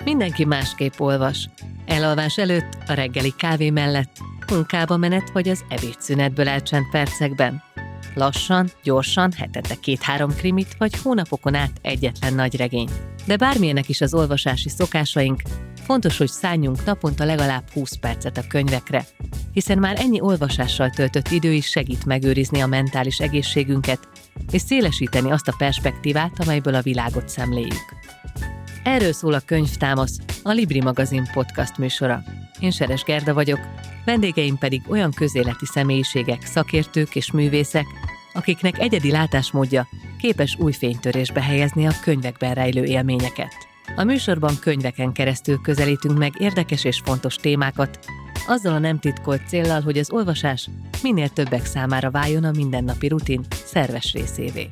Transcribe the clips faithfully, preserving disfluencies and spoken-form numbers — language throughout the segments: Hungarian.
Mindenki másképp olvas. Elalvás előtt, a reggeli kávé mellett, munkába menet vagy az ebédszünetből elcsent percekben. Lassan, gyorsan, hetente két-három krimit vagy hónapokon át egyetlen nagy regény. De bármilyenek is az olvasási szokásaink, fontos, hogy szálljunk naponta legalább húsz percet a könyvekre, hiszen már ennyi olvasással töltött idő is segít megőrizni a mentális egészségünket, és szélesíteni azt a perspektívát, amelyből a világot szemléljük. Erről szól a Könyvtámasz, a Libri magazin podcast műsora. Én Seres Gerda vagyok, vendégeim pedig olyan közéleti személyiségek, szakértők és művészek, akiknek egyedi látásmódja képes új fénytörésbe helyezni a könyvekben rejlő élményeket. A műsorban könyveken keresztül közelítünk meg érdekes és fontos témákat, azzal a nem titkolt céllal, hogy az olvasás minél többek számára váljon a mindennapi rutin szerves részévé.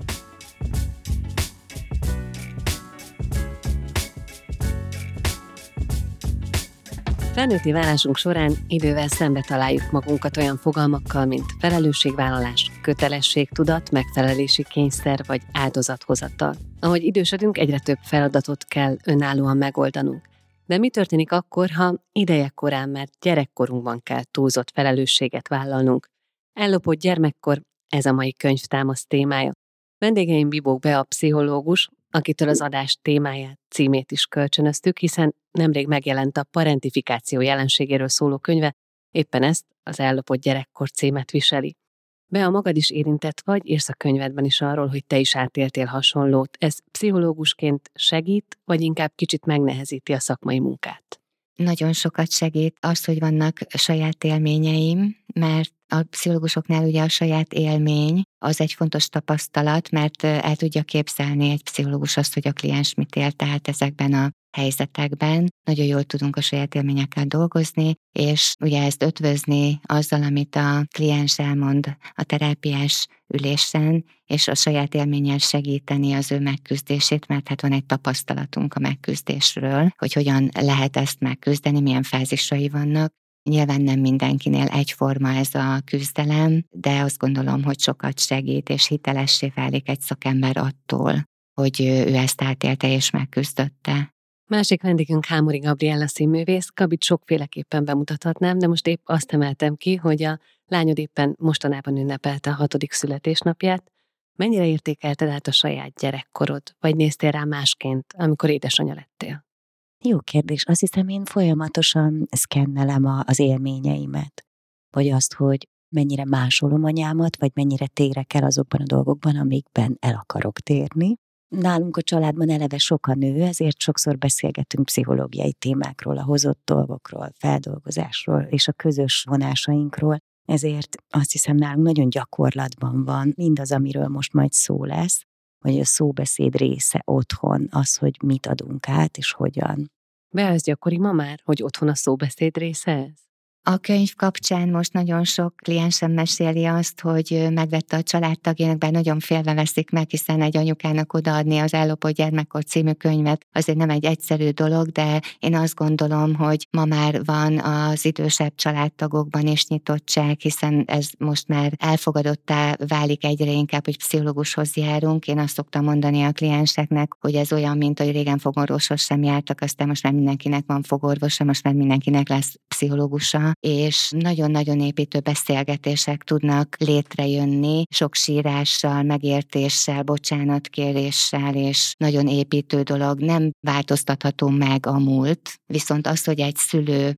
Felnőtti válásunk során idővel szembe találjuk magunkat olyan fogalmakkal, mint felelősségvállalás, kötelességtudat, megfelelési kényszer vagy áldozathozatal. Ahogy idősödünk, egyre több feladatot kell önállóan megoldanunk. De mi történik akkor, ha idejekorán, mert gyerekkorunkban kell túlzott felelősséget vállalnunk? Ellopott gyermekkor, ez a mai Könyvtámasz témája. Vendégeim Bibók Bea pszichológus, akitől az adás témáját, címét is kölcsönöztük, hiszen nemrég megjelent a parentifikáció jelenségéről szóló könyve, éppen ezt, az Ellopott gyerekkor címet viseli. Bea, magad is érintett vagy, írsz a könyvedben is arról, hogy te is átéltél hasonlót. Ez pszichológusként segít, vagy inkább kicsit megnehezíti a szakmai munkát? Nagyon sokat segít az, hogy vannak saját élményeim, mert a pszichológusoknál ugye a saját élmény az egy fontos tapasztalat, mert el tudja képzelni egy pszichológus azt, hogy a kliens mit élt át ezekben a helyzetekben. Nagyon jól tudunk a saját élményekkel dolgozni, és ugye ezt ötvözni azzal, amit a kliens elmond a terápiás ülésen, és a saját élménnyel segíteni az ő megküzdését, mert hát van egy tapasztalatunk a megküzdésről, hogy hogyan lehet ezt megküzdeni, milyen fázisai vannak. Nyilván nem mindenkinél egyforma ez a küzdelem, de azt gondolom, hogy sokat segít, és hitelessé válik egy szakember attól, hogy ő ezt átélte és megküzdötte. Másik vendégünk Hámori Gabriella színművész. Gabit sokféleképpen bemutathatnám, de most épp azt emeltem ki, hogy a lányod éppen mostanában ünnepelte a hatodik születésnapját. Mennyire értékelted át a saját gyerekkorod, vagy néztél rá másként, amikor édesanyja lettél? Jó kérdés. Azt hiszem, én folyamatosan szkennelem a, az élményeimet. Vagy azt, hogy mennyire másolom anyámat, vagy mennyire térek el azokban a dolgokban, amikben el akarok térni. Nálunk a családban eleve sok a nő, ezért sokszor beszélgetünk pszichológiai témákról, a hozott dolgokról, feldolgozásról és a közös vonásainkról. Ezért azt hiszem, nálunk nagyon gyakorlatban van mindaz, amiről most majd szó lesz, vagy a szóbeszéd része otthon, az, hogy mit adunk át, és hogyan. Bea, ez gyakori ma már, hogy otthon a szóbeszéd része ez? A könyv kapcsán most nagyon sok kliensem meséli azt, hogy megvette a családtagjának, bár nagyon félve veszik meg, hiszen egy anyukának odaadni az Ellopott gyermekkor című könyvet azért nem egy egyszerű dolog, de én azt gondolom, hogy ma már van az idősebb családtagokban is nyitottság, hiszen ez most már elfogadottá válik egyre inkább, hogy pszichológushoz járunk. Én azt szoktam mondani a klienseknek, hogy ez olyan, mint hogy régen fogorvoshoz sem jártak, aztán most már mindenkinek van fogorvosa, most már mindenkinek lesz pszichológusa, és nagyon-nagyon építő beszélgetések tudnak létrejönni, sok sírással, megértéssel, bocsánatkéréssel, és nagyon építő dolog, nem változtatható meg a múlt, viszont az, hogy egy szülő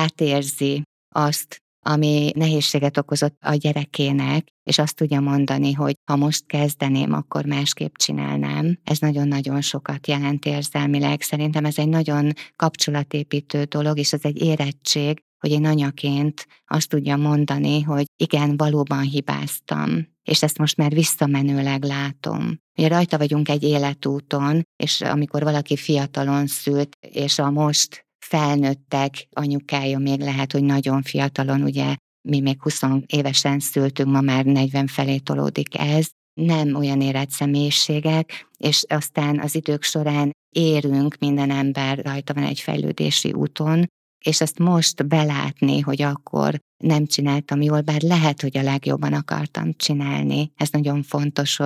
átérzi azt, ami nehézséget okozott a gyerekének, és azt tudja mondani, hogy ha most kezdeném, akkor másképp csinálnám. Ez nagyon-nagyon sokat jelent érzelmileg. Szerintem ez egy nagyon kapcsolatépítő dolog, és ez egy érettség, hogy én anyaként azt tudja mondani, hogy igen, valóban hibáztam, és ezt most már visszamenőleg látom. Ugye rajta vagyunk egy életúton, és amikor valaki fiatalon szült, és a most felnőttek anyukája még lehet, hogy nagyon fiatalon, ugye mi még húsz évesen szültünk, ma már negyven felé tolódik ez, nem olyan érett személyiségek, és aztán az idők során érünk, minden ember rajta van egy fejlődési úton, és ezt most belátni, hogy akkor nem csináltam jól, bár lehet, hogy a legjobban akartam csinálni. Ez nagyon fontos, hogy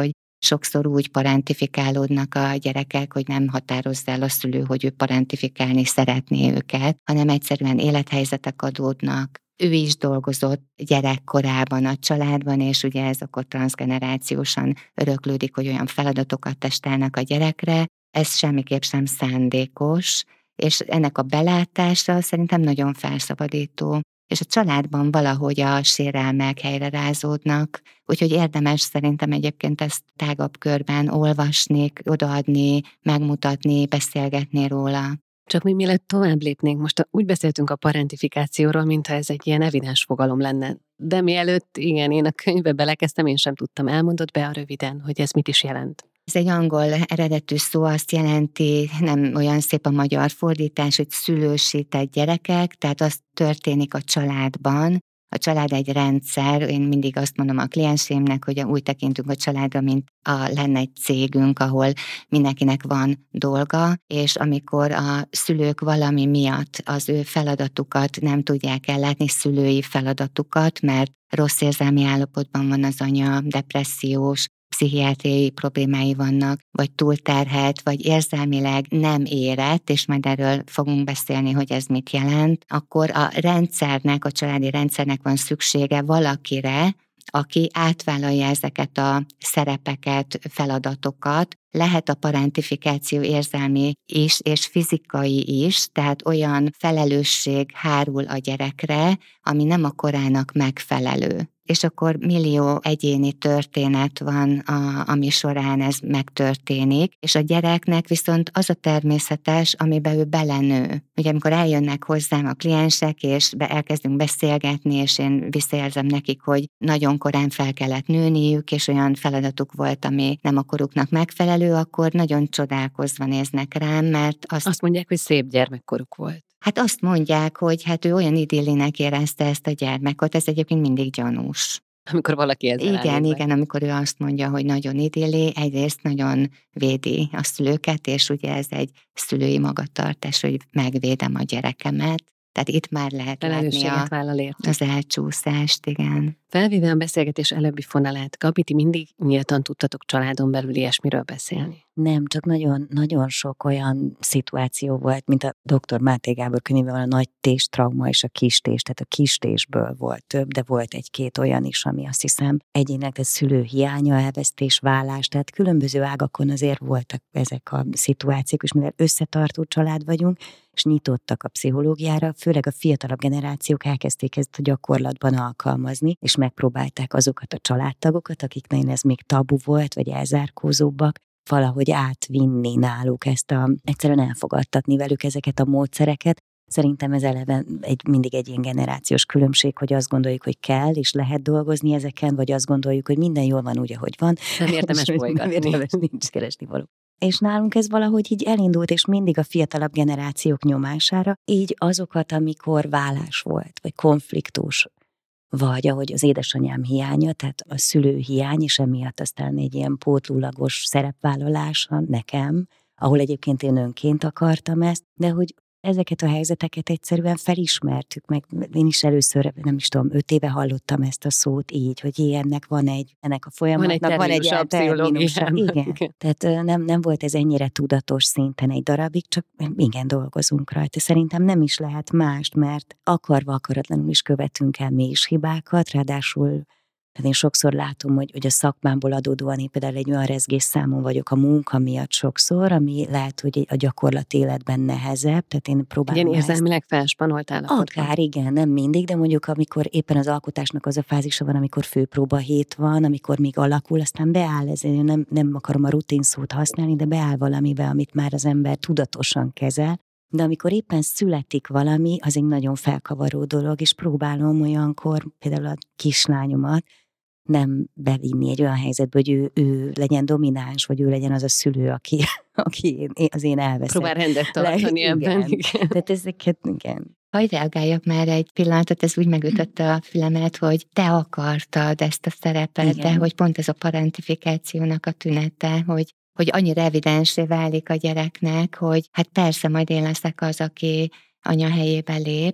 sokszor úgy parentifikálódnak a gyerekek, hogy nem határozza el a szülő, hogy ő parentifikálni szeretné őket, hanem egyszerűen élethelyzetek adódnak. Ő is dolgozott gyerekkorában a családban, és ugye ez akkor transzgenerációsan öröklődik, hogy olyan feladatokat testálnak a gyerekre. Ez semmiképp sem szándékos, és ennek a belátása szerintem nagyon felszabadító. És a családban valahogy a sérelmek helyre rázódnak, úgyhogy érdemes szerintem egyébként ezt tágabb körben olvasni, odaadni, megmutatni, beszélgetni róla. Csak még mielőtt tovább lépnénk, most úgy beszéltünk a parentifikációról, mintha ez egy ilyen evidens fogalom lenne. De mielőtt, igen, én a könyvbe belekezdtem, én sem tudtam, elmondott be a röviden, hogy ez mit is jelent. Ez egy angol eredetű szó, azt jelenti, nem olyan szép a magyar fordítás, hogy szülősített gyerekek, tehát az történik a családban. A család egy rendszer, én mindig azt mondom a klienseimnek, hogy úgy tekintünk a családra, mint a, lenne egy cégünk, ahol mindenkinek van dolga, és amikor a szülők valami miatt az ő feladatukat nem tudják ellátni, szülői feladatukat, mert rossz érzelmi állapotban van az anya, depressziós, pszichiátriai problémái vannak, vagy túlterhelt, vagy érzelmileg nem érett, és majd erről fogunk beszélni, hogy ez mit jelent, akkor a rendszernek, a családi rendszernek van szüksége valakire, aki átvállalja ezeket a szerepeket, feladatokat. Lehet a parentifikáció érzelmi is, és fizikai is, tehát olyan felelősség hárul a gyerekre, ami nem a korának megfelelő. És akkor millió egyéni történet van, a, ami során ez megtörténik, és a gyereknek viszont az a természetes, amiben ő belenő. Ugye amikor eljönnek hozzám a kliensek, és be, elkezdünk beszélgetni, és én visszajelzem nekik, hogy nagyon korán fel kellett nőniük, és olyan feladatuk volt, ami nem a koruknak megfelelő, akkor nagyon csodálkozva néznek rám, mert azt... Azt mondják, hogy szép gyermekkoruk volt. Hát azt mondják, hogy hát ő olyan idillinek érezte ezt a gyermekot, ez egyébként mindig gyanús. Amikor valaki ezzel Igen, elég igen, amikor ő azt mondja, hogy nagyon idilli, egyrészt nagyon védi a szülőket, és ugye ez egy szülői magatartás, hogy megvédem a gyerekemet. Tehát itt már lehet látni a, az elcsúszást, igen. Felvéve a beszélgetés előbbi fonalát, Gabi, ti mindig nyíltan tudtatok családon belül ilyesmiről beszélni? Nem, csak nagyon, nagyon sok olyan szituáció volt, mint a doktor Máté Gábor könyvében van a nagy tés trauma és a kis tés, tehát a kis tésből volt több, de volt egy-két olyan is, ami azt hiszem egyének, tehát szülő hiánya, elvesztés, vállás, tehát különböző ágakon azért voltak ezek a szituációk, és mivel összetartó család vagyunk, és nyitottak a pszichológiára, főleg a fiatalabb generációk elkezdték ezt a gyakorlatban alkalmazni, és megpróbálták azokat a családtagokat, akiknél ez még tabu volt, vagy elzárkózóbbak, valahogy átvinni náluk ezt a, egyszerűen elfogadtatni velük ezeket a módszereket. Szerintem ez eleve egy, mindig egy ilyen generációs különbség, hogy azt gondoljuk, hogy kell és lehet dolgozni ezeken, vagy azt gondoljuk, hogy minden jól van úgy, ahogy van. Nem érdemes bolygatni. Nem érdemes, nincs keresni való. És nálunk ez valahogy így elindult, és mindig a fiatalabb generációk nyomására, így azokat, amikor vállás volt, vagy konfliktus, vagy ahogy az édesanyám hiánya, tehát a szülő hiány, és emiatt aztán egy ilyen pótlólagos szerepvállalása nekem, ahol egyébként én önként akartam ezt, de hogy ezeket a helyzeteket egyszerűen felismertük, meg én is először, nem is tudom, öt éve hallottam ezt a szót így, hogy ilyennek van egy, ennek a folyamatnak van egy terminusa. Igen. igen. Tehát nem, nem volt ez ennyire tudatos szinten egy darabig, csak igen, dolgozunk rajta. Szerintem nem is lehet mást, mert akarva akaratlanul is követünk el mi is hibákat, ráadásul tehát én sokszor látom, hogy, hogy a szakmámból adódóan én például egy olyan rezgésszámon vagyok a munka miatt sokszor, ami lehet, hogy a gyakorlat életben nehezebb, tehát én próbálom ilyen érzelmileg felspanolt állapotban. Akár igen, nem mindig, de mondjuk amikor éppen az alkotásnak az a fázisa van, amikor főpróba hét van, amikor még alakul, aztán beáll, ez én nem, nem akarom a rutin szót használni, de beáll valamibe, amit már az ember tudatosan kezel. De amikor éppen születik valami, az egy nagyon felkavaró dolog, és próbálom olyankor például a kislányomat nem bevinni egy olyan helyzetbe, hogy ő, ő legyen domináns, vagy ő legyen az a szülő, aki, aki én, az én elveszett. Próbál rendet tartani Le, ebben. Igen. Igen. Tehát ezeket, igen. Hagy reagáljak már egy pillanatot, ez úgy megütötte a fülemet, hogy te akartad ezt a szerepet, igen. De hogy pont ez a parentifikációnak a tünete, hogy hogy annyira evidensé válik a gyereknek, hogy hát persze majd én leszek az, aki anya helyébe lép,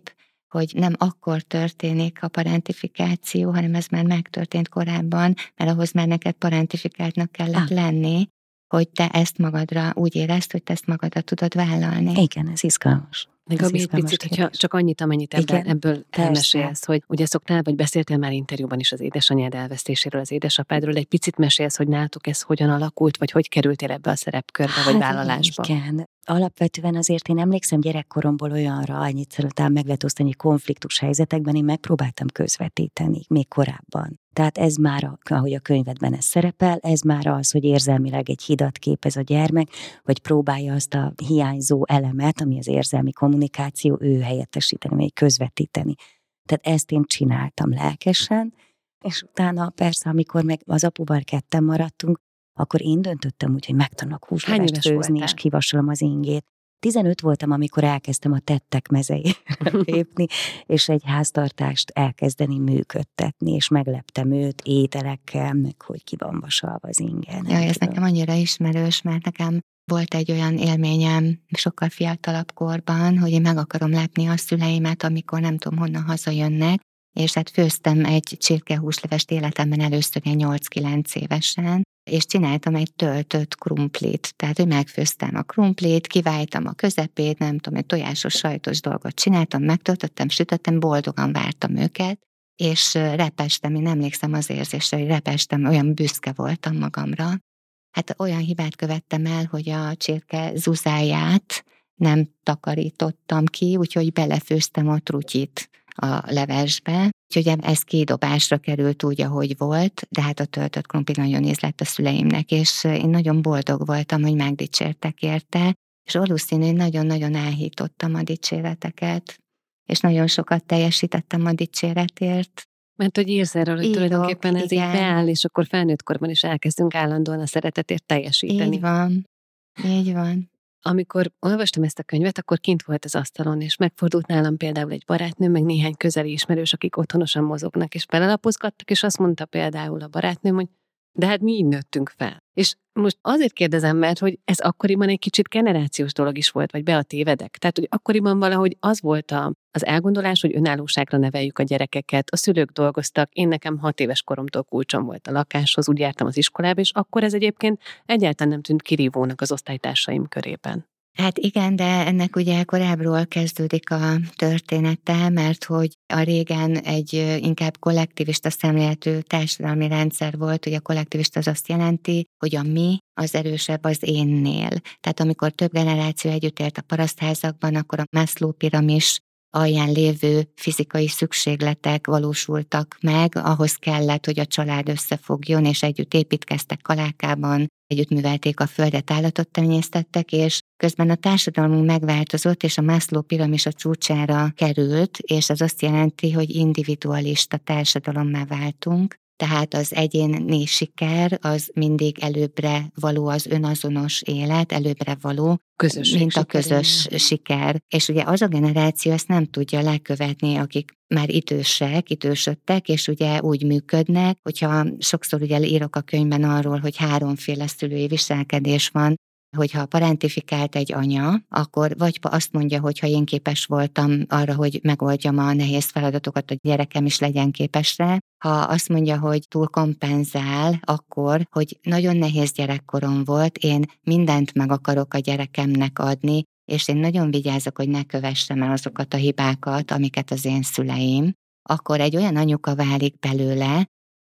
hogy nem akkor történik a parentifikáció, hanem ez már megtörtént korábban, mert ahhoz már neked parentifikáltnak kellett ah. lenni, hogy te ezt magadra úgy érezd, hogy te ezt magadra tudod vállalni. Igen, ez izgalmas. Meg ami egy picit, hogyha csak annyit, amennyit ebből, ebből elmesélsz, hogy ugye szoktál, vagy beszéltél már interjúban is az édesanyád elvesztéséről, az édesapádról, egy picit mesélsz, hogy nálatok ez hogyan alakult, vagy hogy kerültél ebbe a szerepkörbe, hát, vagy vállalásba. Igen. Alapvetően azért én emlékszem gyerekkoromból olyanra, annyit szeretem meg lehet osztani konfliktus helyzetekben, én megpróbáltam közvetíteni még korábban. Tehát ez már, ahogy a könyvedben ez szerepel, ez már az, hogy érzelmileg egy hidat képez a gyermek, vagy próbálja azt a hiányzó elemet, ami az érzelmi kommunikáció, ő helyettesíteni, vagy közvetíteni. Tehát ezt én csináltam lelkesen, és utána persze, amikor meg az apuval ketten maradtunk, akkor én döntöttem úgy, hogy megtanulok húslevest főzni, és kivasolom az ingét. tizenöt voltam, amikor elkezdtem a tettek mezejére lépni, és egy háztartást elkezdeni működtetni, és megleptem őt ételekkel, meg hogy ki van vasalva az inge. Ja, ez nekem annyira ismerős, mert nekem volt egy olyan élményem sokkal fiatalabb korban, hogy én meg akarom lepni a szüleimet, amikor nem tudom honnan hazajönnek, és hát főztem egy csirkehúslevest életemben először nyolc-kilenc évesen, és csináltam egy töltött krumplit. Tehát, hogy megfőztem a krumplit, kiváltam a közepét, nem tudom, egy tojásos, sajtos dolgot csináltam, megtöltöttem, sütöttem, boldogan vártam őket, és repestem, én emlékszem az érzésre, hogy repestem, olyan büszke voltam magamra. Hát olyan hibát követtem el, hogy a csirke zuzáját nem takarítottam ki, úgyhogy belefőztem a trutyit a levesbe. Úgyhogy ez kidobásra került úgy, ahogy volt, de hát a töltött krumpli nagyon ízlett a szüleimnek, és én nagyon boldog voltam, hogy megdicsértek érte, és valószínű, hogy nagyon-nagyon elhítottam a dicséreteket, és nagyon sokat teljesítettem a dicséretért. Mert hogy írsz erről, hogy tulajdonképpen ez igen. így beáll, és akkor felnőtt korban is elkezdünk állandóan a szeretetért teljesíteni. Így van, így van. Amikor olvastam ezt a könyvet, akkor kint volt az asztalon, és megfordult nálam például egy barátnőm, meg néhány közeli ismerős, akik otthonosan mozognak, és belelapozgattak, és azt mondta például a barátnőm, hogy de hát mi így nőttünk fel. És most azért kérdezem, mert hogy ez akkoriban egy kicsit generációs dolog is volt, vagy be a tévedek. Tehát, hogy akkoriban valahogy az volt a, az elgondolás, hogy önállóságra neveljük a gyerekeket, a szülők dolgoztak, én nekem hat éves koromtól kulcsom volt a lakáshoz, úgy jártam az iskolába, és akkor ez egyébként egyáltalán nem tűnt kirívónak az osztálytársaim körében. Hát igen, de ennek ugye korábbról kezdődik a története, mert hogy a régen egy inkább kollektivista szemléletű társadalmi rendszer volt, hogy a kollektivista az azt jelenti, hogy a mi az erősebb az énnél. Tehát amikor több generáció együtt élt a parasztházakban, akkor a Maslow piramis alján lévő fizikai szükségletek valósultak meg, ahhoz kellett, hogy a család összefogjon, és együtt építkeztek Kalákában, együtt művelték a földet, állatot tenyésztettek, és közben a társadalmunk megváltozott, és a Maslow piramis a csúcsára került, és az azt jelenti, hogy individualista társadalommá váltunk, tehát az egyéni siker az mindig előbbre való, az önazonos élet, előbbre való, közösség mint a közös siker. siker. És ugye az a generáció ezt nem tudja lekövetni, akik már idősek, idősödtek, és ugye úgy működnek, hogyha sokszor ugye írok a könyvben arról, hogy háromféle szülői viselkedés van, hogyha parentifikált egy anya, akkor vagy azt mondja, hogy ha én képes voltam arra, hogy megoldjam a nehéz feladatokat, a gyerekem is legyen képes rá, ha azt mondja, hogy túl kompenzál, akkor, hogy nagyon nehéz gyerekkorom volt, én mindent meg akarok a gyerekemnek adni, és én nagyon vigyázok, hogy ne kövessem el azokat a hibákat, amiket az én szüleim, akkor egy olyan anyuka válik belőle,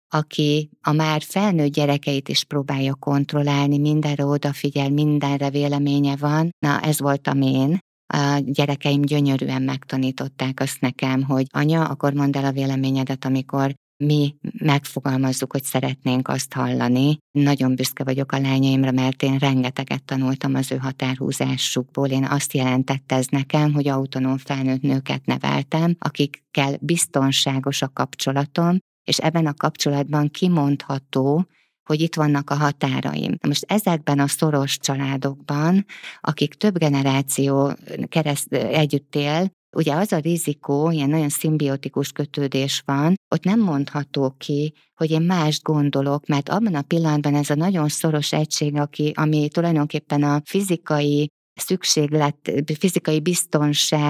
aki a már felnőtt gyerekeit is próbálja kontrollálni, mindenre odafigyel, mindenre véleménye van. Na, ez voltam én. A gyerekeim gyönyörűen megtanították azt nekem, hogy anya, akkor mondd el a véleményedet, amikor mi megfogalmazzuk, hogy szeretnénk azt hallani. Nagyon büszke vagyok a lányaimra, mert én rengeteget tanultam az ő határhúzásukból. Én azt jelentette ez nekem, hogy autonóm felnőtt nőket neveltem, akikkel biztonságos a kapcsolatom, és ebben a kapcsolatban kimondható, hogy itt vannak a határaim. Na most ezekben a szoros családokban, akik több generáció kereszt együtt él, ugye az a rizikó, ilyen nagyon szimbiotikus kötődés van, ott nem mondható ki, hogy én mást gondolok, mert abban a pillanatban ez a nagyon szoros egység, aki, ami tulajdonképpen a fizikai szükséglet, fizikai biztonság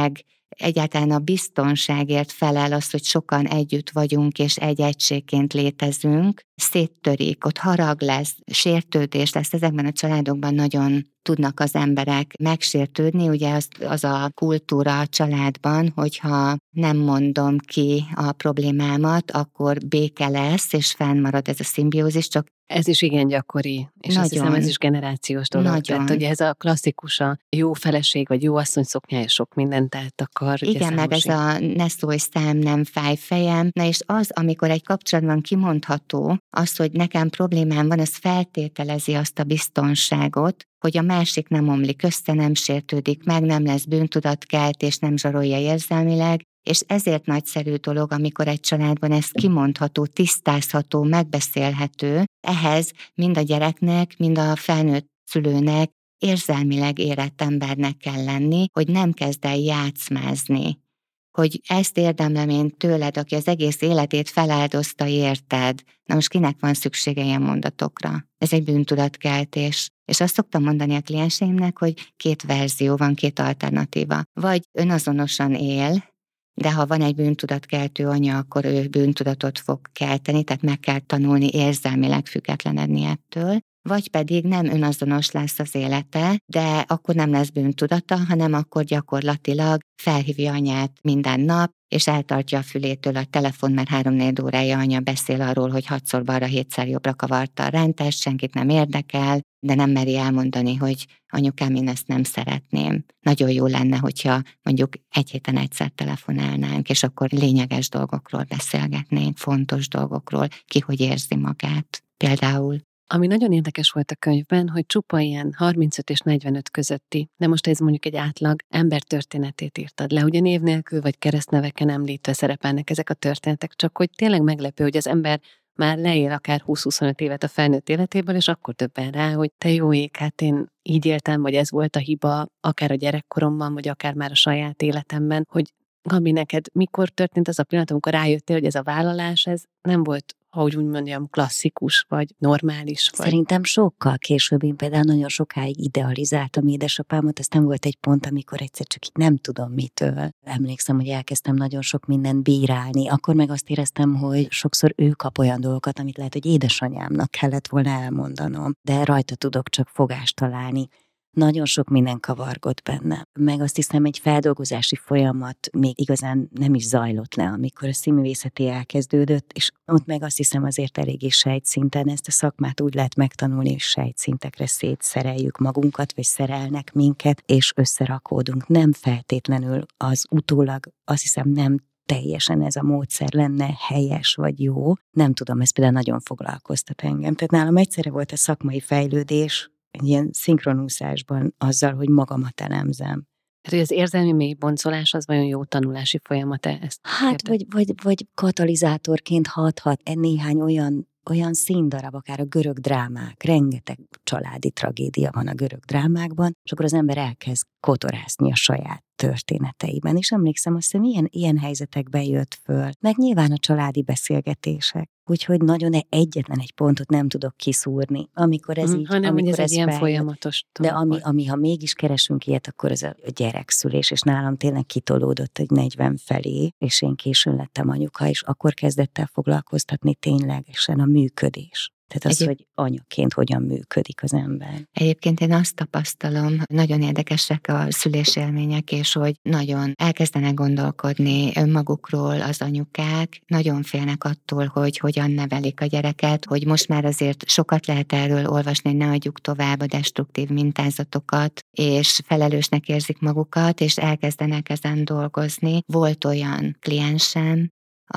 egyáltalán a biztonságért felel az, hogy sokan együtt vagyunk, és egy egységként létezünk, széttörik, ott harag lesz, sértődés lesz, ezekben a családokban nagyon tudnak az emberek megsértődni, ugye az, az a kultúra a családban, hogyha nem mondom ki a problémámat, akkor béke lesz, és fennmarad ez a szimbiózis, csak ez is igen gyakori, és nagyon, azt hiszem ez is generációs dolog. Nagyon. Tehát ugye ez a klasszikus, a jó feleség, vagy jó asszony szoknyája sok mindent eltakar. Igen, meg ez a ne szólj szám, nem fáj fejem. Na és az, amikor egy kapcsolatban kimondható, az, hogy nekem problémám van, az feltételezi azt a biztonságot, hogy a másik nem omlik össze, nem sértődik meg, nem lesz bűntudatkeltés, nem zsarolja érzelmileg, és ezért nagyszerű dolog, amikor egy családban ez kimondható, tisztázható, megbeszélhető, ehhez mind a gyereknek, mind a felnőtt szülőnek érzelmileg érett embernek kell lenni, hogy nem kezd el játszmázni. Hogy ezt érdemlem én tőled, aki az egész életét feláldozta érted. Na most kinek van szüksége ilyen mondatokra? Ez egy bűntudatkeltés. És azt szoktam mondani a klienseimnek, hogy két verzió van, két alternatíva. Vagy önazonosan él, de ha van egy bűntudatkeltő anya, akkor ő bűntudatot fog kelteni, tehát meg kell tanulni érzelmileg függetlenedni ettől, vagy pedig nem önazonos lesz az élete, de akkor nem lesz bűntudata, hanem akkor gyakorlatilag felhívja anyát minden nap, és eltartja a fülétől a telefon, mert három-négy órája anya beszél arról, hogy hatszor balra, hétszer jobbra kavarta a rántást, senkit nem érdekel, de nem meri elmondani, hogy anyukám, én ezt nem szeretném. Nagyon jó lenne, hogyha mondjuk egy héten egyszer telefonálnánk, és akkor lényeges dolgokról beszélgetnénk, fontos dolgokról, ki hogy érzi magát. Például ami nagyon érdekes volt a könyvben, hogy csupa ilyen harmincöt és negyvenöt közötti, de most ez mondjuk egy átlag ember történetét írtad le, ugye név nélkül vagy keresztneveken említve szerepelnek ezek a történetek, csak hogy tényleg meglepő, hogy az ember már leél akár húsz-huszonöt évet a felnőtt életéből, és akkor döbben rá, hogy te jó ég, hát én így éltem, vagy ez volt a hiba, akár a gyerekkoromban, vagy akár már a saját életemben, hogy Gabi, neked mikor történt az a pillanat, amikor rájöttél, hogy ez a vállalás, ez nem volt, ahogy úgy mondjam, klasszikus, vagy normális? Vagy... Szerintem sokkal később, én például nagyon sokáig idealizáltam édesapámat, aztán volt egy pont, amikor egyszer csak így nem tudom mitől. Emlékszem, hogy elkezdtem nagyon sok mindent bírálni, akkor meg azt éreztem, hogy sokszor ő kap olyan dolgokat, amit lehet, hogy édesanyámnak kellett volna elmondanom, de rajta tudok csak fogást találni. Nagyon sok minden kavargott benne. Meg azt hiszem, egy feldolgozási folyamat még igazán nem is zajlott le, amikor a színművészeti elkezdődött, és ott meg azt hiszem azért eléggé sejtszinten ezt a szakmát úgy lehet megtanulni, hogy sejtszintekre szétszereljük magunkat, vagy szerelnek minket, és összerakódunk. Nem feltétlenül az utólag, azt hiszem nem teljesen ez a módszer lenne helyes vagy jó. Nem tudom, ez például nagyon foglalkoztat engem. Tehát nálam egyszerre volt a szakmai fejlődés, egy ilyen szinkronúszásban azzal, hogy magamat elemzem. Tehát, hogy az érzelmi mélyboncolás az vajon jó tanulási folyamat-e? Ezt hát, vagy, vagy, vagy katalizátorként hathat néhány olyan, olyan színdarab, akár a görög drámák, rengeteg családi tragédia van a görög drámákban, és akkor az ember elkezd kotorászni a saját történeteiben. És emlékszem, azt hiszem, ilyen, ilyen helyzetekben jött föl. Meg nyilván a családi beszélgetések. Úgyhogy nagyon egyetlen egy pontot nem tudok kiszúrni, amikor ez mm, így, hanem, amikor ez, ez egy ilyen folyamatos. De ami, ami, ha mégis keresünk ilyet, akkor ez a gyerekszülés, és nálam tényleg kitolódott egy negyven felé, és én későn lettem anyuka, és akkor kezdett el foglalkoztatni ténylegesen a működés. Tehát az, Egyéb... hogy anyaként hogyan működik az ember. Egyébként én azt tapasztalom, nagyon érdekesek a szülésélmények, és hogy nagyon elkezdenek gondolkodni önmagukról az anyukák, nagyon félnek attól, hogy hogyan nevelik a gyereket, hogy most már azért sokat lehet erről olvasni, hogy ne adjuk tovább a destruktív mintázatokat, és felelősnek érzik magukat, és elkezdenek ezen dolgozni. Volt olyan kliensem,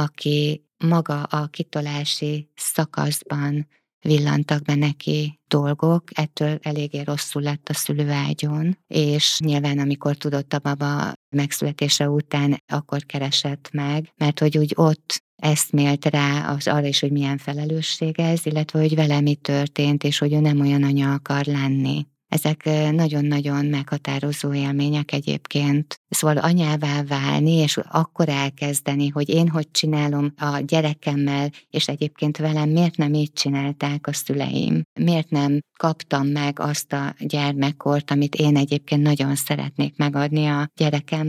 aki maga a kitolási szakaszban villantak be neki dolgok, ettől eléggé rosszul lett a szülőágyon, és nyilván amikor tudott a baba megszületése után, akkor keresett meg, mert hogy úgy ott eszmélt rá az arra is, hogy milyen felelősség ez, illetve hogy vele mi történt, és hogy ő nem olyan anya akar lenni. Ezek nagyon-nagyon meghatározó élmények egyébként. Szóval anyává válni, és akkor elkezdeni, hogy én hogy csinálom a gyerekemmel, és egyébként velem miért nem így csinálták a szüleim. Miért nem kaptam meg azt a gyermekkort, amit én egyébként nagyon szeretnék megadni a gyerekemnek,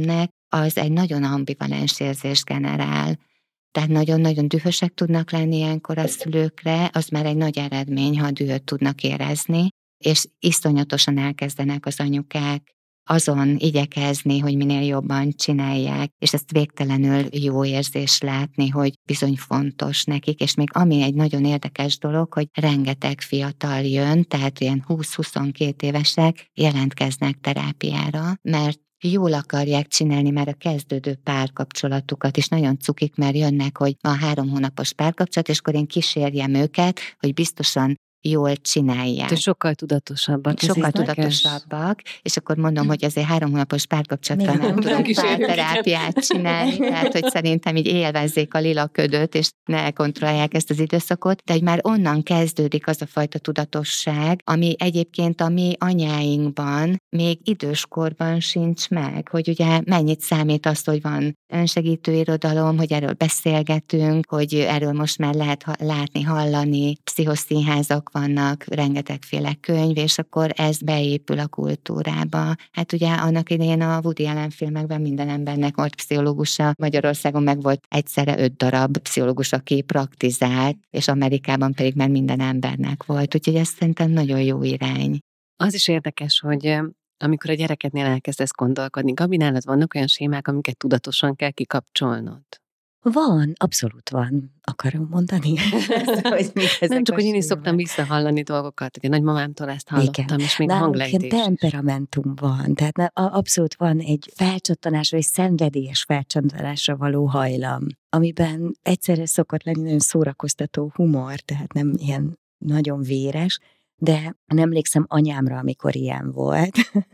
az egy nagyon ambivalens érzést generál. Tehát nagyon-nagyon dühösek tudnak lenni ilyenkor a szülőkre, az már egy nagy eredmény, ha dühöt tudnak érezni, és iszonyatosan elkezdenek az anyukák azon igyekezni, hogy minél jobban csinálják, és ezt végtelenül jó érzés látni, hogy bizony fontos nekik, és még ami egy nagyon érdekes dolog, hogy rengeteg fiatal jön, tehát ilyen húsz-huszonkét évesek jelentkeznek terápiára, mert jól akarják csinálni már a kezdődő párkapcsolatukat, és nagyon cukik, mert jönnek, hogy van három hónapos párkapcsolat, és akkor én kísérjem őket, hogy biztosan jól csinálják. De sokkal tudatosabbak. Sokkal tudatosabbak, és akkor mondom, hogy azért három hónapos párkapcsolatban nem tudok párterápiát csinálni, tehát hogy szerintem így élvezzék a lila ködöt, és ne kontrollálják ezt az időszakot, de hogy már onnan kezdődik az a fajta tudatosság, ami egyébként a mi anyáinkban még időskorban sincs meg, hogy ugye mennyit számít az, hogy van önsegítő irodalom, hogy erről beszélgetünk, hogy erről most már lehet látni, hallani, pszichoszínházak vannak, rengetegféle könyv, és akkor ez beépül a kultúrába. Hát ugye annak idején a Woody Allen filmekben minden embernek volt pszichológusa, Magyarországon meg volt egyszerre öt darab pszichológus, aki praktizált, és Amerikában pedig már minden embernek volt. Úgyhogy ez szerintem nagyon jó irány. Az is érdekes, hogy amikor a gyerekednél elkezdesz gondolkodni, Gabi, nálad vannak olyan sémák, amiket tudatosan kell kikapcsolnod? Van, abszolút van. Akarom mondani? hogy nem csak, hogy én is szoktam visszahallani dolgokat, hogy a nagymamámtól ezt hallottam, igen. És még hanglejtés. Temperamentum van, tehát abszolút van egy felcsattanásra, egy szenvedélyes felcsattanásra való hajlam, amiben egyszerre szokott lenni nagyon szórakoztató humor, tehát nem ilyen nagyon véres, de emlékszem anyámra, amikor ilyen volt,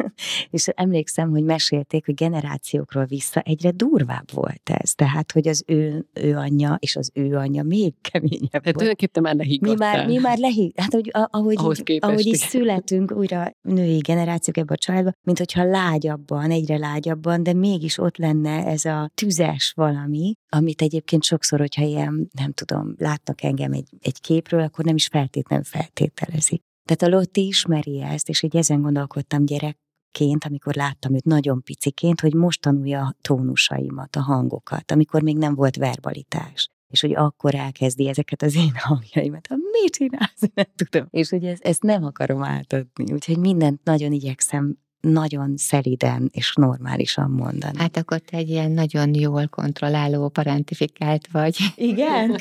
és emlékszem, hogy mesélték, hogy generációkról vissza egyre durvább volt ez. Tehát, hogy az ő, ő anyja és az ő anyja még keményebb hát volt. Tulajdonképpen már lehiggadtál. Mi már, mi már lehig, hát hogy, ahogy, így, képest, ahogy így születünk újra női generációk ebbe a családba, mint hogyha lágyabban, egyre lágyabban, de mégis ott lenne ez a tüzes valami, amit egyébként sokszor, hogyha ilyen, nem tudom, látnak engem egy, egy képről, akkor nem is feltétlenül feltételezik. Tehát a Lotti ismeri ezt, és így ezen gondolkodtam gyerekként, amikor láttam őt nagyon piciként, hogy most tanulja a tónusaimat, a hangokat, amikor még nem volt verbalitás. És hogy akkor elkezdi ezeket az én hangjaimat. Mit csinálsz? Nem tudom. És hogy ezt, ezt nem akarom átadni. Úgyhogy mindent nagyon igyekszem nagyon szeliden és normálisan mondani. Hát akkor te egy ilyen nagyon jól kontrolláló, parentifikált vagy. Igen?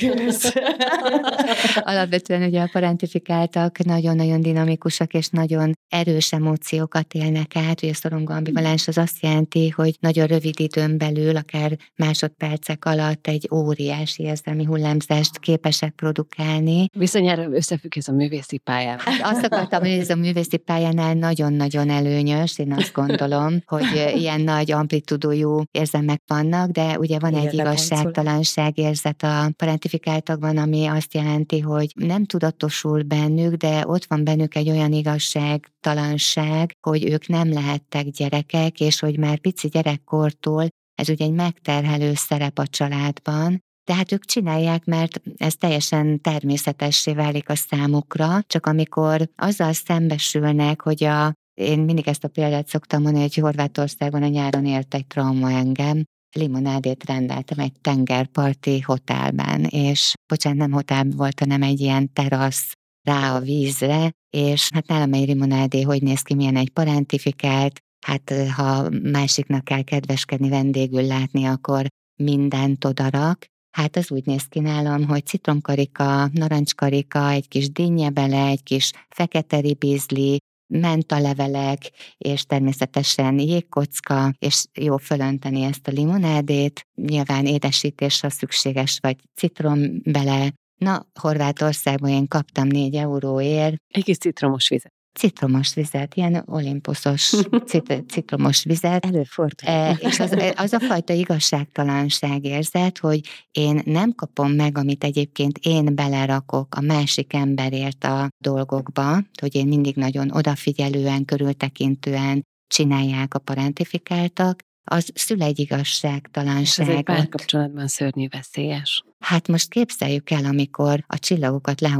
Alapvetően ugye a parentifikáltak nagyon-nagyon dinamikusak és nagyon erős emóciókat élnek át. Ugye a szorongó ambivalens az azt jelenti, hogy nagyon rövid időn belül, akár másodpercek alatt egy óriási érzelmi hullámzást képesek produkálni. Bizonyára összefügg ez a művészi pályával. Hát azt akartam, hogy ez a művészi pályánál nagyon-nagyon előnyös, én azt gondolom, hogy ilyen nagy amplitudójú érzelmek vannak, de ugye van igen, egy igazságtalanság érzet a parentifikáltakban, ami azt jelenti, hogy nem tudatosul bennük, de ott van bennük egy olyan igazságtalanság, hogy ők nem lehettek gyerekek, és hogy már pici gyerekkortól ez ugye egy megterhelő szerep a családban, tehát ők csinálják, mert ez teljesen természetessé válik a számukra, csak amikor azzal szembesülnek, hogy a én mindig ezt a példát szoktam mondani, hogy Horvátországban a nyáron ért egy trauma engem. Limonádét rendeltem egy tengerparti hotelben, és bocsánat, nem hotelben volt, hanem egy ilyen terasz rá a vízre, és hát nálam egy limonádé hogy néz ki, milyen egy parentifikált, hát ha másiknak kell kedveskedni, vendégül látni, akkor mindent odarak. Hát az úgy néz ki nálam, hogy citromkarika, narancskarika, egy kis dinnye bele, egy kis fekete ribizli, mentalevelek, és természetesen jégkocka, és jó fölönteni ezt a limonádét, nyilván édesítés, ha szükséges, vagy citrom bele. Na, Horvátországban én kaptam négy euróért. Egy kis citromos vizet. Citromos vizet, ilyen olimpuszos cit- citromos vizet. Előfordul. E, és az, az a fajta igazságtalanság érzet, hogy én nem kapom meg, amit egyébként én belerakok a másik emberért a dolgokba, hogy én mindig nagyon odafigyelően, körültekintően csinálják a parentifikáltak, az szül egy igazságtalanságot. Ez egy párkapcsolatban szörnyű veszélyes. Hát most képzeljük el, amikor a csillagokat lehoz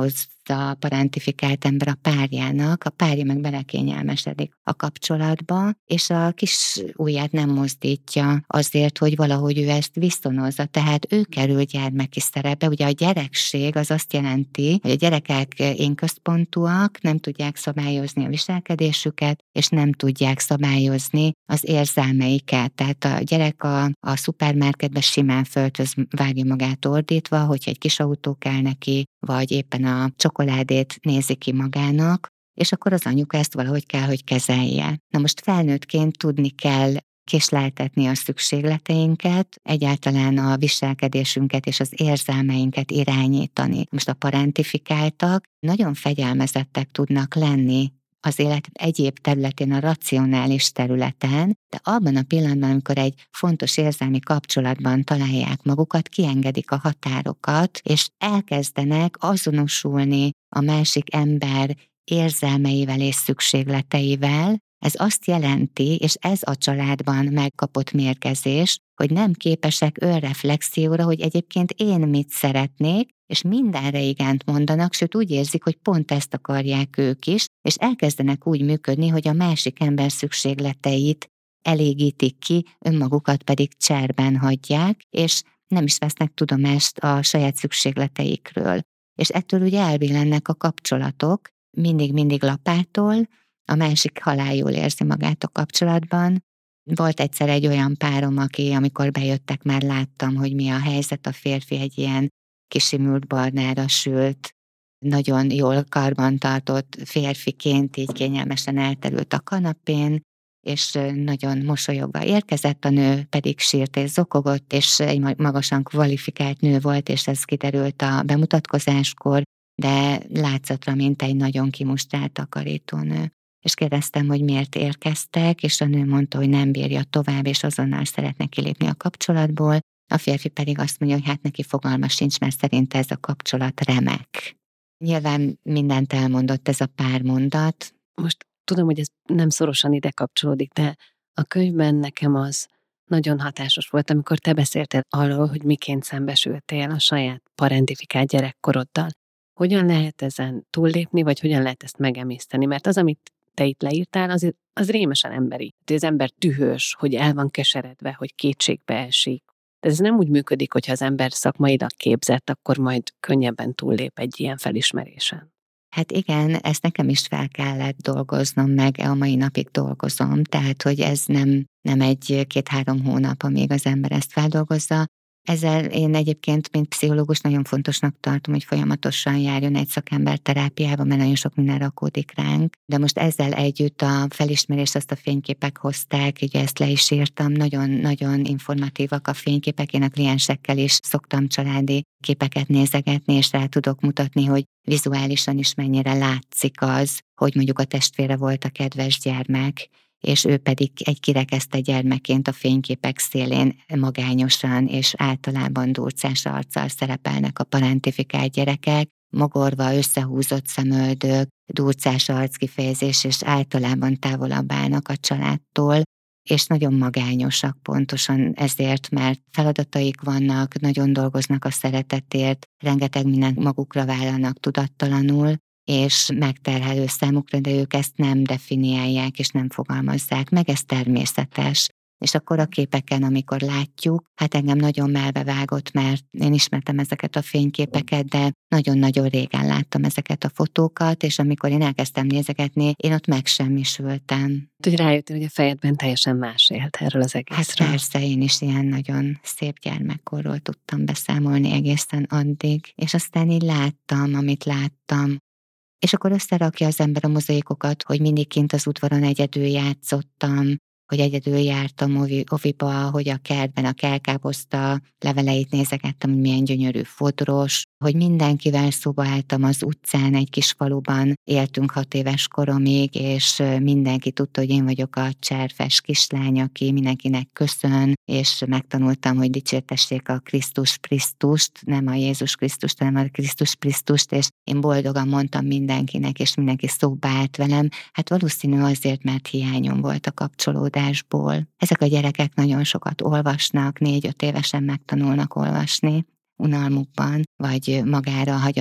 a parentifikált ember a párjának, a párja meg belekényelmesedik a kapcsolatba, és a kis ujját nem mozdítja azért, hogy valahogy ő ezt viszonozza, tehát ő kerül gyermeki szerepbe. Ugye a gyerekség az azt jelenti, hogy a gyerekek én központúak, nem tudják szabályozni a viselkedésüket, és nem tudják szabályozni az érzelmeiket. Tehát a gyerek a, a szupermarketbe simán földhöz vágja magát ordítva, hogyha egy kis autó kell neki, vagy éppen a csokoládét nézi ki magának, és akkor az anyuka ezt valahogy kell, hogy kezelje. Na most felnőttként tudni kell késleltetni a szükségleteinket, egyáltalán a viselkedésünket és az érzelmeinket irányítani. Most a parentifikáltak nagyon fegyelmezettek tudnak lenni az élet egyéb területén, a racionális területen, de abban a pillanatban, amikor egy fontos érzelmi kapcsolatban találják magukat, kiengedik a határokat, és elkezdenek azonosulni a másik ember érzelmeivel és szükségleteivel. Ez azt jelenti, és ez a családban megkapott mérgezés, hogy nem képesek önreflexióra, hogy egyébként én mit szeretnék, és mindenre igent mondanak, sőt úgy érzik, hogy pont ezt akarják ők is, és elkezdenek úgy működni, hogy a másik ember szükségleteit elégítik ki, önmagukat pedig cserben hagyják, és nem is vesznek tudomást a saját szükségleteikről. És ettől ugye elbillennek a kapcsolatok, mindig-mindig lapától, a másik halálul érzi magát a kapcsolatban. Volt egyszer egy olyan párom, aki, amikor bejöttek, már láttam, hogy mi a helyzet, a férfi egy ilyen kisimült barnára sült, nagyon jól karbantartott férfiként, így kényelmesen elterült a kanapén, és nagyon mosolyogva érkezett, a nő pedig sírt és zokogott, és egy magasan kvalifikált nő volt, és ez kiderült a bemutatkozáskor, de látszatra, mint egy nagyon kimustrált takarítónő. És kérdeztem, hogy miért érkeztek, és a nő mondta, hogy nem bírja tovább, és azonnal szeretne kilépni a kapcsolatból. A férfi pedig azt mondja, hogy hát neki fogalma sincs, mert szerinte ez a kapcsolat remek. Nyilván mindent elmondott ez a pár mondat. Most tudom, hogy ez nem szorosan ide kapcsolódik, de a könyvben nekem az nagyon hatásos volt, amikor te beszéltél arról, hogy miként szembesültél a saját parentifikált gyerekkoroddal. Hogyan lehet ezen túllépni, vagy hogyan lehet ezt megemészteni? Mert az, amit te itt leírtál, az, az rémesen emberi. Az ember dühös, hogy el van keseredve, hogy kétségbe esik. De ez nem úgy működik, hogyha az ember szakmailag képzett, akkor majd könnyebben túllép egy ilyen felismerésen. Hát igen, ezt nekem is fel kellett dolgoznom, meg a mai napig dolgozom, tehát hogy ez nem, nem egy két-három hónap, amíg az ember ezt feldolgozza. Ezzel én egyébként, mint pszichológus nagyon fontosnak tartom, hogy folyamatosan járjon egy szakember terápiába, mert nagyon sok minden rakódik ránk. De most ezzel együtt a felismerést azt a fényképek hozták, ugye ezt le is írtam, nagyon-nagyon informatívak a fényképek, én a kliensekkel is szoktam családi képeket nézegetni, és rá tudok mutatni, hogy vizuálisan is mennyire látszik az, hogy mondjuk a testvére volt a kedves gyermek, és ő pedig egy kirekesztett gyermekként a fényképek szélén magányosan és általában durcás arccal szerepelnek a parentifikált gyerekek, mogorva, összehúzott szemöldök, durcás arckifejezés, és általában távolabb állnak a családtól, és nagyon magányosak pontosan ezért, mert feladataik vannak, nagyon dolgoznak a szeretetért, rengeteg mindent magukra vállalnak tudattalanul, és megterhelő számukra, de ők ezt nem definiálják, és nem fogalmazzák meg, ez természetes. És akkor a képeken, amikor látjuk, hát engem nagyon melbevágott, mert én ismertem ezeket a fényképeket, de nagyon-nagyon régen láttam ezeket a fotókat, és amikor én elkezdtem nézegetni, én ott megsemmisültem. Hogy rájöttél, hogy a fejedben teljesen más élt erről az egészről. Hát persze, én is ilyen nagyon szép gyermekkorról tudtam beszámolni egészen addig, és aztán így láttam, amit láttam. És akkor összerakja az ember a mozaikokat, hogy mindig kint az udvaron egyedül játszottam, hogy egyedül jártam ovi, oviba, hogy a kertben a kelkáposzta leveleit nézegettem, hogy milyen gyönyörű fodros, hogy mindenkivel szóba álltam az utcán, egy kis faluban éltünk hat éves koromig, és mindenki tudta, hogy én vagyok a cserfes kislány, aki mindenkinek köszön, és megtanultam, hogy dicsértessék a Krisztus Krisztust, nem a Jézus Krisztust, hanem a Krisztus Krisztust, és én boldogan mondtam mindenkinek, és mindenki szóba állt velem. Hát valószínű azért, mert hiányom volt a kapcsolódásból. Ezek a gyerekek nagyon sokat olvasnak, négy-öt évesen megtanulnak olvasni, unalmukban, vagy magára hagyott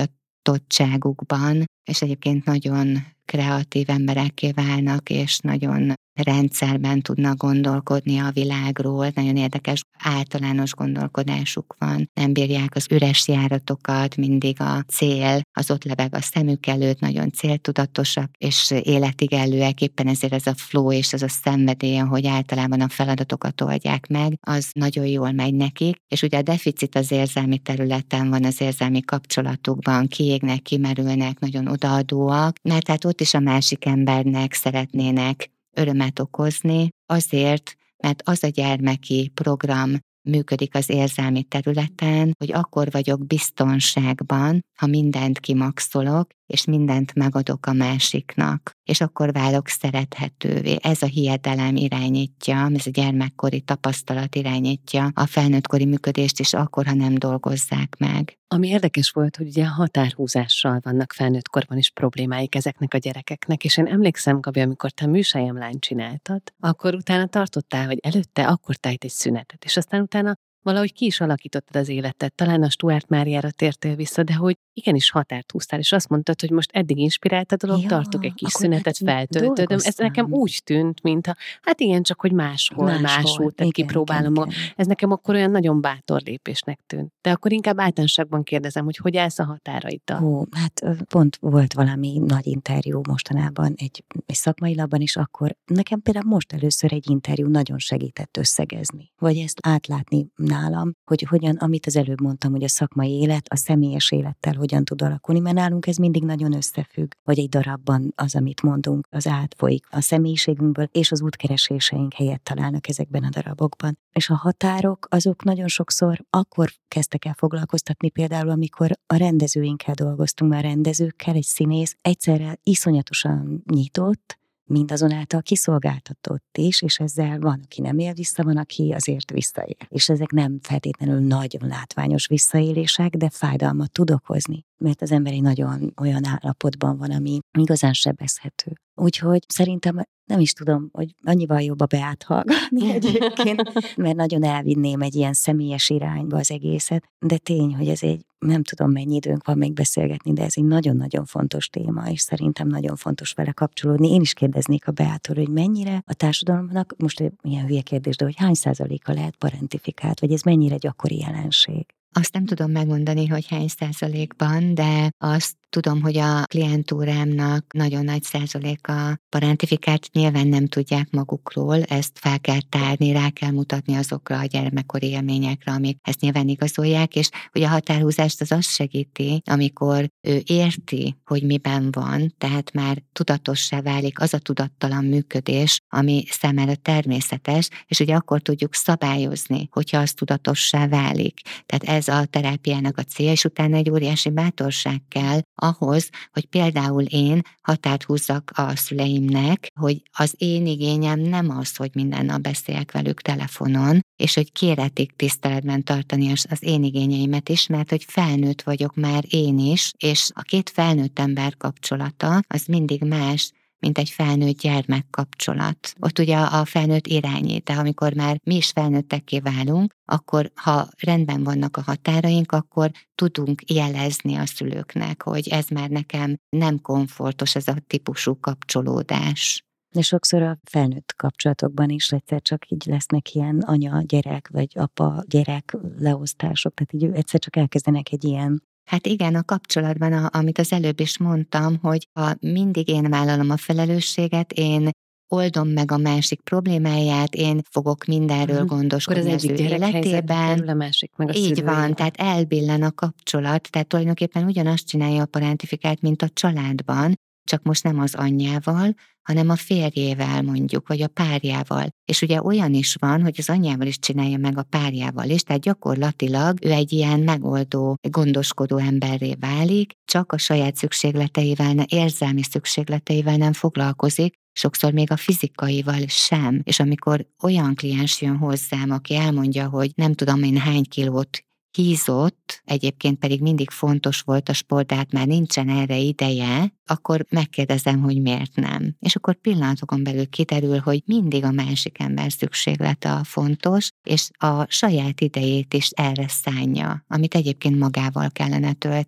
nyitottságukban, és egyébként nagyon kreatív emberekké válnak, és nagyon rendszerben tudnak gondolkodni a világról, nagyon érdekes általános gondolkodásuk van, nem bírják az üres járatokat, mindig a cél, az ott lebeg a szemük előtt, nagyon céltudatosak, és életigelőek, éppen ezért ez a flow és ez a szenvedély, hogy általában a feladatokat oldják meg, az nagyon jól megy nekik, és ugye a deficit az érzelmi területen van, az érzelmi kapcsolatukban, kiégnek, kimerülnek, nagyon odaadóak, mert hát ott is a másik embernek szeretnének örömet okozni, azért, mert az a gyermeki program működik az érzelmi területen, hogy akkor vagyok biztonságban, ha mindent kimaxolok, és mindent megadok a másiknak, és akkor válok szerethetővé. Ez a hiedelem irányítja, ez a gyermekkori tapasztalat irányítja a felnőttkori működést is akkor, ha nem dolgozzák meg. Ami érdekes volt, hogy ugye határhúzással vannak felnőttkorban is problémáik ezeknek a gyerekeknek, és én emlékszem, Gabi, amikor te műsajemlányt csináltad, akkor utána tartottál, hogy előtte akkor tájt egy szünetet, és aztán utána valahogy ki is alakítottad az életet, talán a Stuart Máriára tértél vissza, de hogy igenis határt húztál, és azt mondtad, hogy most eddig inspirált a dolog, ja, tartok egy kis szünetet, feltöltöm. Ez nekem úgy tűnt, mintha, hát igen, csak hogy máshol, máshol máshol tehát igen, kipróbálom. Igen, igen. Ez nekem akkor olyan nagyon bátor lépésnek tűnt. De akkor inkább általánosságban kérdezem, hogy hogy állsz a határaiddal? Ó, hát pont volt valami nagy interjú mostanában, egy, egy szakmai labban is, akkor nekem például most először egy interjú nagyon segített összegezni, vagy ezt átlátni nálam, hogy hogyan, amit az előbb mondtam, hogy a szakmai élet a személyes élettel hogyan tud alakulni, mert nálunk ez mindig nagyon összefügg, vagy egy darabban az, amit mondunk, az átfolyik a személyiségünkből, és az útkereséseink helyet találnak ezekben a darabokban. És a határok, azok nagyon sokszor akkor kezdtek el foglalkoztatni, például amikor a rendezőinkkel dolgoztunk, már rendezőkkel, egy színész egyszerre iszonyatosan nyitott, mindazonáltal kiszolgáltatott is, és ezzel van, aki nem él vissza, van, aki azért visszaél. És ezek nem feltétlenül nagyon látványos visszaélések, de fájdalmat tud okozni, mert az ember egy nagyon olyan állapotban van, ami igazán sebezhető. Úgyhogy szerintem nem is tudom, hogy annyival jobb a Beát hallgatni egyébként, mert nagyon elvinném egy ilyen személyes irányba az egészet, de tény, hogy ez egy, nem tudom mennyi időnk van még beszélgetni, de ez egy nagyon-nagyon fontos téma, és szerintem nagyon fontos vele kapcsolódni. Én is kérdeznék a Beától, hogy mennyire a társadalomnak, most ilyen hülye kérdés, de hogy hány százaléka lehet parentifikált, vagy ez mennyire gyakori jelenség? Azt nem tudom megmondani, hogy hány százalékban, de azt tudom, hogy a klientúrámnak nagyon nagy százaléka parentifikált, nyilván nem tudják magukról, ezt fel kell tárni, rá kell mutatni azokra a gyermekkori élményekre, amik ezt nyilván igazolják, és hogy a határhúzást az azt segíti, amikor ő érti, hogy miben van, tehát már tudatossá válik az a tudattalan működés, ami számára természetes, és ugye akkor tudjuk szabályozni, hogyha az tudatossá válik. Tehát ez a terápiának a célja, és utána egy óriási bátorság kell ahhoz, hogy például én határt húzzak a szüleimnek, hogy az én igényem nem az, hogy minden nap beszéljek velük telefonon, és hogy kéretik tiszteletben tartani az én igényeimet is, mert hogy felnőtt vagyok már én is, és a két felnőtt ember kapcsolata az mindig más, mint egy felnőtt gyermek kapcsolat. Ott ugye a felnőtt irányít, de amikor már mi is felnőttekké válunk, akkor ha rendben vannak a határaink, akkor tudunk jelezni a szülőknek, hogy ez már nekem nem komfortos, ez a típusú kapcsolódás. De sokszor a felnőtt kapcsolatokban is egyszer csak így lesznek ilyen anya-gyerek, vagy apa-gyerek leosztások, tehát így egyszer csak elkezdenek egy ilyen. Hát igen, a kapcsolatban, a, amit az előbb is mondtam, hogy ha mindig én vállalom a felelősséget, én oldom meg a másik problémáját, én fogok mindenről uh-huh. gondoskodni az, az ő életében. A másik meg a Így szülője. van, tehát elbillen a kapcsolat, tehát tulajdonképpen ugyanazt csinálja a parentifikált, mint a családban, csak most nem az anyjával, hanem a férjével mondjuk, vagy a párjával. És ugye olyan is van, hogy az anyjával is csinálja meg a párjával is, tehát gyakorlatilag ő egy ilyen megoldó, gondoskodó emberré válik, csak a saját szükségleteivel, érzelmi szükségleteivel nem foglalkozik, sokszor még a fizikaival sem. És amikor olyan kliens jön hozzám, aki elmondja, hogy nem tudom én hány kilót hízott, egyébként pedig mindig fontos volt a sport, de hát már nincsen erre ideje, akkor megkérdezem, hogy miért nem. És akkor pillanatokon belül kiderül, hogy mindig a másik ember szükséglete a fontos, és a saját idejét is erre szánja, amit egyébként magával kellene tölteni.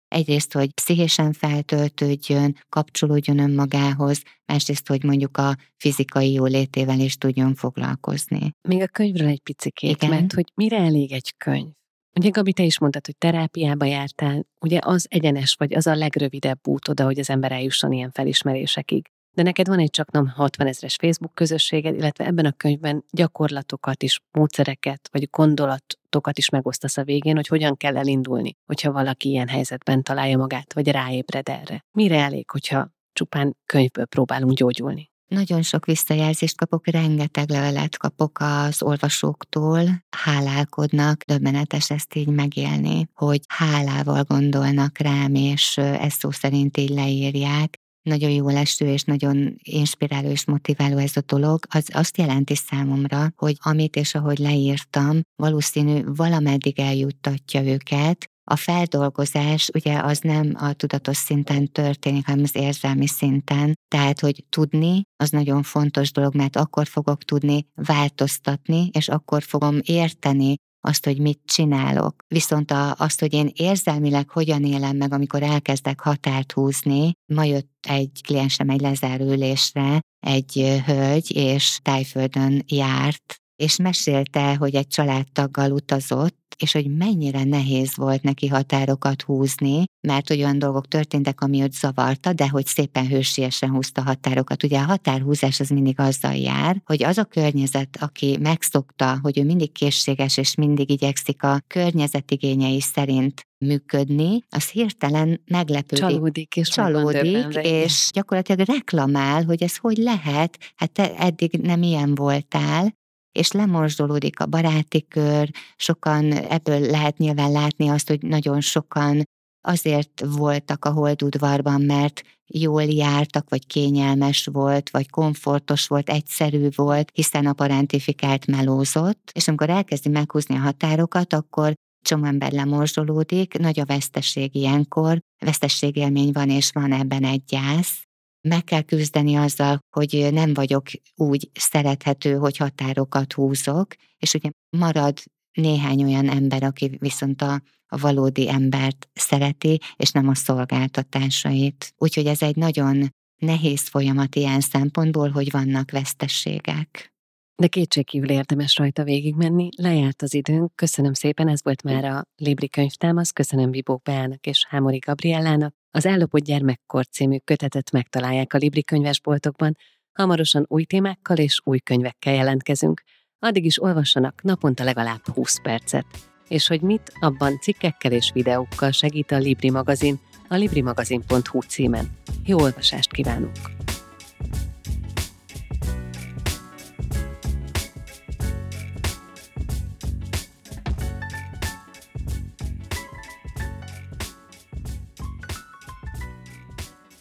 Egyrészt, hogy pszichésen feltöltődjön, kapcsolódjon önmagához, másrészt, hogy mondjuk a fizikai jólétével is tudjon foglalkozni. Még a könyvről egy picikét, Igen. mert hogy mire elég egy könyv? Ugye, Gabi, te is mondtad, hogy terápiába jártál, ugye az egyenes, vagy az a legrövidebb út oda, hogy az ember eljusson ilyen felismerésekig. De neked van egy csaknem hatvanezres Facebook közösséged, illetve ebben a könyvben gyakorlatokat is, módszereket, vagy gondolatokat is megosztasz a végén, hogy hogyan kell elindulni, hogyha valaki ilyen helyzetben találja magát, vagy ráébred erre. Mire elég, hogyha csupán könyvből próbálunk gyógyulni? Nagyon sok visszajelzést kapok, rengeteg levelet kapok az olvasóktól, hálálkodnak, döbbenetes ezt így megélni, hogy hálával gondolnak rám, és ezt szó szerint így leírják. Nagyon jó leső és nagyon inspiráló és motiváló ez a dolog, az azt jelenti számomra, hogy amit és ahogy leírtam, valószínű valameddig eljuttatja őket. A feldolgozás ugye az nem a tudatos szinten történik, hanem az érzelmi szinten. Tehát, hogy tudni, az nagyon fontos dolog, mert akkor fogok tudni változtatni, és akkor fogom érteni azt, hogy mit csinálok. Viszont a, azt, hogy én érzelmileg hogyan élem meg, amikor elkezdek határt húzni, ma jött egy kliensem egy lezárülésre, egy hölgy, és Tájföldön járt, és mesélte, hogy egy családtaggal utazott, és hogy mennyire nehéz volt neki határokat húzni, mert olyan dolgok történtek, ami őt zavarta, de hogy szépen hősiesen húzta határokat. Ugye a határhúzás az mindig azzal jár, hogy az a környezet, aki megszokta, hogy ő mindig készséges, és mindig igyekszik a környezet igényei szerint működni, az hirtelen meglepődik. Csalódik, és Csalódik, és gyakorlatilag reklamál, hogy ez hogy lehet, hát te eddig nem ilyen voltál, és lemorzsolódik a baráti kör, sokan, ebből lehet nyilván látni azt, hogy nagyon sokan azért voltak a holdudvarban, mert jól jártak, vagy kényelmes volt, vagy komfortos volt, egyszerű volt, hiszen a parentifikált melózott, és amikor elkezdi meghúzni a határokat, akkor csomó ember lemorzsolódik, nagy a veszteség ilyenkor, vesztességélmény van, és van ebben egy gyász. Meg kell küzdeni azzal, hogy nem vagyok úgy szerethető, hogy határokat húzok, és ugye marad néhány olyan ember, aki viszont a, a valódi embert szereti, és nem a szolgáltatásait. Úgyhogy ez egy nagyon nehéz folyamat ilyen szempontból, hogy vannak vesztességek. De kétségkívül érdemes rajta végigmenni. Lejárt az időnk, köszönöm szépen, ez volt már a Libri könyvtámasz, köszönöm Bibók Beának és Hámori Gabriellának. Az Ellopott gyermekkor című kötetet megtalálják a Libri könyvesboltokban, hamarosan új témákkal és új könyvekkel jelentkezünk. Addig is olvassanak naponta legalább húsz percet. És hogy mit, abban cikkekkel és videókkal segít a Libri magazin, a librimagazin pont hu címen. Jó olvasást kívánunk!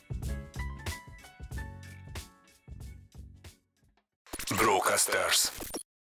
Brocasters.